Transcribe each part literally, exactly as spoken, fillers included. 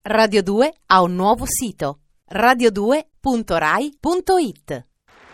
Radio due ha un nuovo sito: radio due punto rai punto it.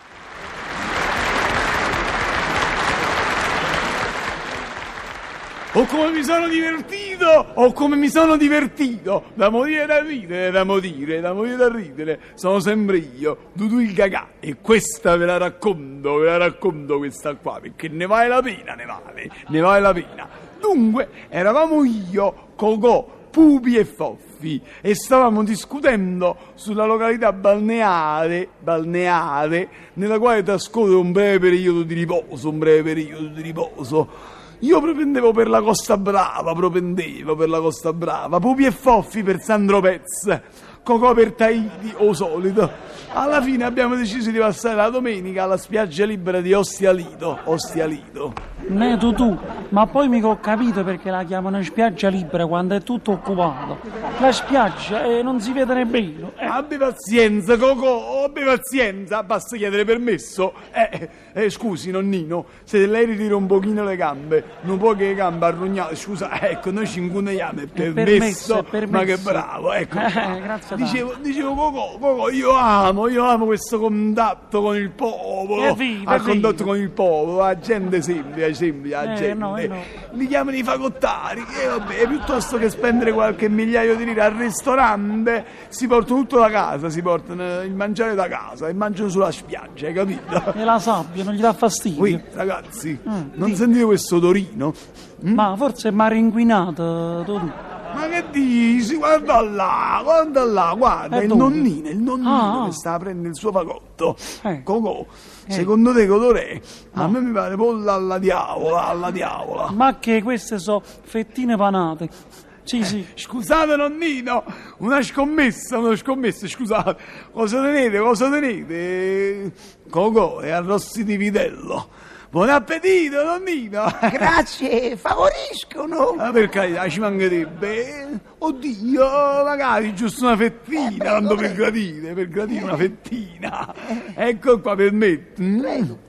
O come mi sono divertito, o come mi sono divertito, da morire da ridere, da morire, da morire da ridere, sono sempre io, Dudu il Gagà, e questa ve la racconto, ve la racconto questa qua, perché ne vale la pena, ne vale, ne vale la pena. Dunque, eravamo io, Cocò, Pupi e Foffi, e stavamo discutendo sulla località balneare, balneare, nella quale trascorre un breve periodo di riposo, un breve periodo di riposo. Io propendevo per la Costa Brava, propendevo per la Costa Brava, Pupi e Foffi per Sandropez, Cocò per Tahiti, o solito. Alla fine abbiamo deciso di passare la domenica alla spiaggia libera di Ostia Lido, Ostia Lido. Neto tu, ma poi mica ho capito perché la chiamano spiaggia libera quando è tutto occupato. La spiaggia eh, non si vede nemmeno. Eh. Abbi pazienza, Cocò, abbi pazienza, basta chiedere permesso. Eh, eh, scusi, nonnino, se lei ritira un pochino le gambe, non può che le gambe arrognate, scusa, ecco, noi ci incuneiamo, è permesso, permesso, è permesso. Ma che bravo, ecco. Eh, grazie dicevo, dicevo, Cocò, Cocò, io amo, io amo questo contatto con il popolo, è vivo, al è contatto vivo. con il popolo, la gente semplice, semplice, la Eh, gente. no, eh, no. Li chiamano i fagottari, e vabbè, piuttosto che spendere qualche migliaio di lire al ristorante, si portano tutto da casa, si portano il mangiare da casa e mangiano sulla spiaggia, hai capito? E la sabbia non gli dà fastidio? Qui, ragazzi, Mm, non sì. sentite questo odorino? Ma forse è mare inquinato, tu. Ma che dici? Guarda là, guarda là, guarda, Eh, il dove? nonnino, il nonnino Ah. che sta a prendere il suo fagotto. Eh. Cocò, Eh. secondo te che odore è? A No. me mi pare polla alla diavola, alla diavola. Ma che queste so fettine panate. Sì, sì. Scusate nonnino, una scommessa, una scommessa, scusate. Cosa tenete, cosa tenete? Cocò, è arrosti di vitello. Buon appetito nonnino. Grazie, favoriscono. Ah, per carità, ci mancherebbe. Oddio, magari giusto una fettina, Eh, tanto prego, per prego. gradire, per gradire una fettina. Ecco qua, permetti. Mm. Prego.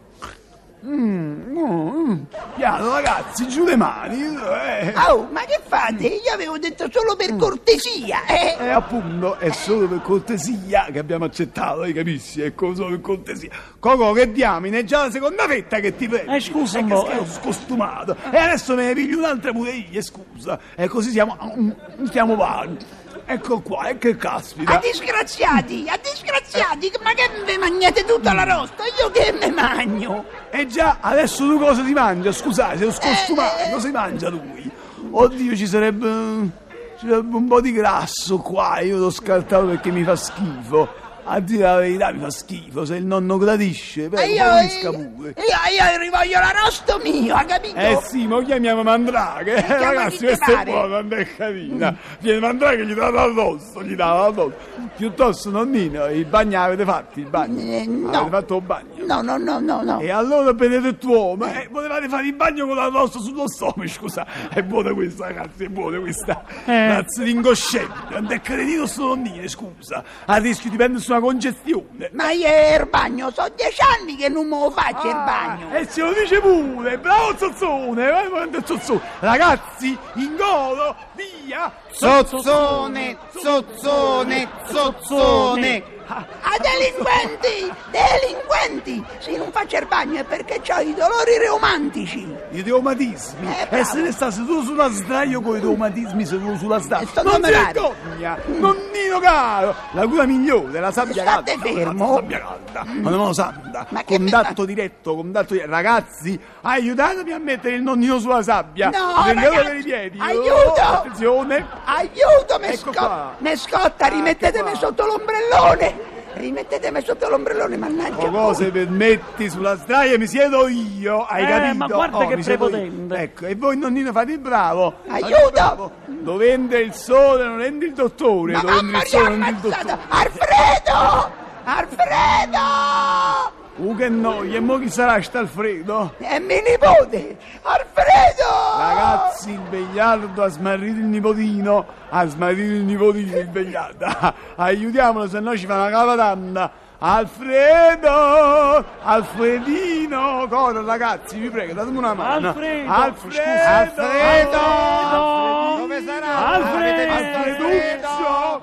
Mm, mm. Piano ragazzi, giù le mani. Eh. Oh, ma che fate? Io avevo detto solo per cortesia, eh? E appunto è solo per cortesia che abbiamo accettato, hai capisci? Ecco, solo per cortesia. Cocò, che diamine, è già la seconda fetta che ti prendo. Eh, scusa È un che po', sei eh. scostumato. E adesso me ne pigli un'altra pure io, scusa. E così siamo, siamo vari. Ecco qua, e che caspita. A disgraziati, a disgraziati, ma che me mangiate tutta la rosta? Io che me magno? E già, adesso tu cosa si mangia? Scusate, sei scostumato, Eh, eh. cosa si mangia lui? Oddio, ci sarebbe, ci sarebbe un po' di grasso qua, io l'ho scartato perché mi fa schifo. A dire la verità mi fa schifo, se il nonno gradisce, E prego, io, pulisca io, pure. io rivoglio l'arrosto mio, ha capito? Eh sì, ma lo chiamiamo Mandraghe, eh, chiama ragazzi, chi ti questa è pare. buona, non è carina. Viene Mandraghe, gli dà addosso, gli dà addosso. Piuttosto, nonnino, il bagno avete fatto, il bagno? Eh, no. Avete fatto il bagno? No, no, no, no, no. E allora benedetto uomo, eh, potevate fare il bagno con la rossa sullo stomaco, scusa, è buona questa ragazzi, è buona questa, Eh. razza di ingoscente, non è cretino sto nonnino, scusa, a rischio di prendersi una congestione. Ma io il bagno, so dieci anni che non me lo faccio il bagno. E se lo dice pure, bravo Zozzone, vai quanto è Zozzone, ragazzi, in golo, via, Zozzone, zozzone, zozzone. Ah, delinquenti, delinquenti! Se non faccio il bagno è perché ho i dolori reumantici. i reumatismi, Eh, e bravo. se ne sta seduto sulla sdraio con i reumatismi seduto sulla sdraio, E sto non si numerari. vergogna, nonnino caro, la cura migliore, la sabbia State calda, fermo. la sabbia calda, ma non lo santa, Ma che contatto mi diretto, contatto diretto, ragazzi, aiutatemi a mettere il nonnino sulla sabbia, No, prendete ragazzi, per i piedi, aiuto! oh, attenzione, Aiuto, me, Ecco sco- qua. me scotta, Ah, rimettetemi ecco qua. sotto l'ombrellone. Rimettetemi sotto l'ombrellone, mannaggia. o cose permetti sulla sdraio mi siedo io, hai Eh, capito? ma guarda che mi siedo io. prepotente. Ecco, e voi nonnino fate il bravo. Fate Aiuto! il bravo. Dove entra il sole non entra il dottore, Ma dove entra mamma il sole mia, non entra il ammazzata! dottore. Alfredo! Alfredo! Uh, che noia, e mo chi sarà st'Alfredo? È mio nipote! Alfredo! Ragazzi, il vegliardo ha smarrito il nipotino, ha smarrito il nipotino il vegliardo. Aiutiamolo, se no ci fa una cavatanna. Alfredo, Alfredino, cosa ragazzi, vi prego, datemi una mano. Alfredo, Alfredo, Alfredo, Alfredo. dove sarà? Alfredo. Alfreduccio,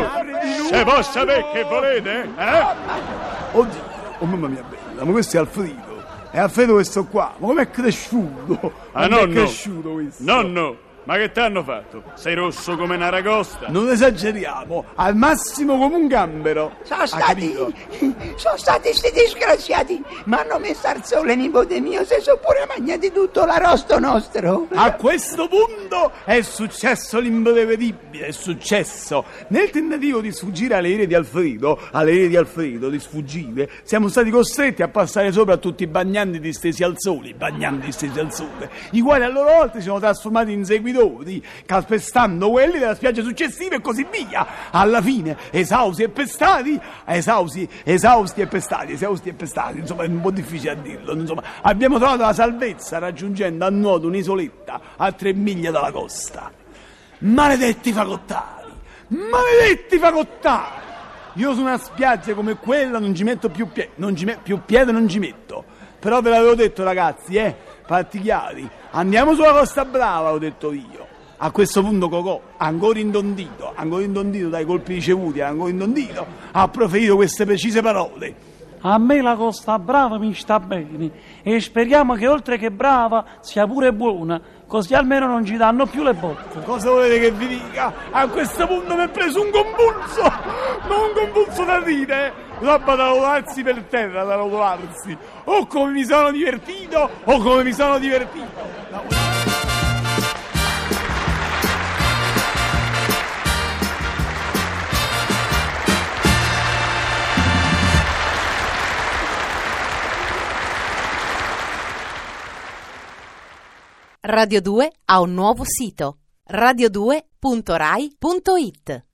Oh, se può sapere che volete, eh? Oddio, oh mamma mia bella, ma questo è Alfredo. È Alfredo questo qua, ma com'è cresciuto? Ah, Com'è nonno. cresciuto questo? Nonno, ma che t'hanno fatto? Sei rosso come una ragosta? Non esageriamo, al massimo come un gambero. Sono Ha stati, capito? sono stati sti disgraziati, mi hanno messo al sole, nipote mio, se sono pure mangiati tutto l'arrosto nostro. A questo punto è successo l'imprevedibile, è successo. Nel tentativo di sfuggire alle ire di Alfredo, alle ire di Alfredo, di sfuggire, siamo stati costretti a passare sopra a tutti i bagnanti distesi al sole, i bagnanti distesi al sole, i quali a loro volta si sono trasformati in seguitori, calpestando quelli della spiaggia successiva e così via. Alla fine, esausti e pestati, esausti, esausti e pestati, esausti e pestati, insomma è un po' difficile a dirlo, insomma, abbiamo trovato la salvezza raggiungendo a nuoto un'isoletta a tre miglia dalla costa. Maledetti fagottari, maledetti fagottari! Io su una spiaggia come quella non ci metto più piede, non ci met- più piede non ci metto. Però ve l'avevo detto ragazzi, eh, fatti chiari, andiamo sulla Costa Brava, ho detto io. A questo punto Cocò, ancora indondito, ancora indondito dai colpi ricevuti, ancora indondito, ha proferito queste precise parole. A me la Costa Brava mi sta bene e speriamo che oltre che brava sia pure buona, così almeno non ci danno più le botte. Cosa volete che vi dica? A questo punto mi è preso un convulso, ma un convulso da ridere, roba da rotolarsi per terra, da rotolarsi. O come mi sono divertito, o come mi sono divertito. Radio due ha un nuovo sito radio due punto rai punto it.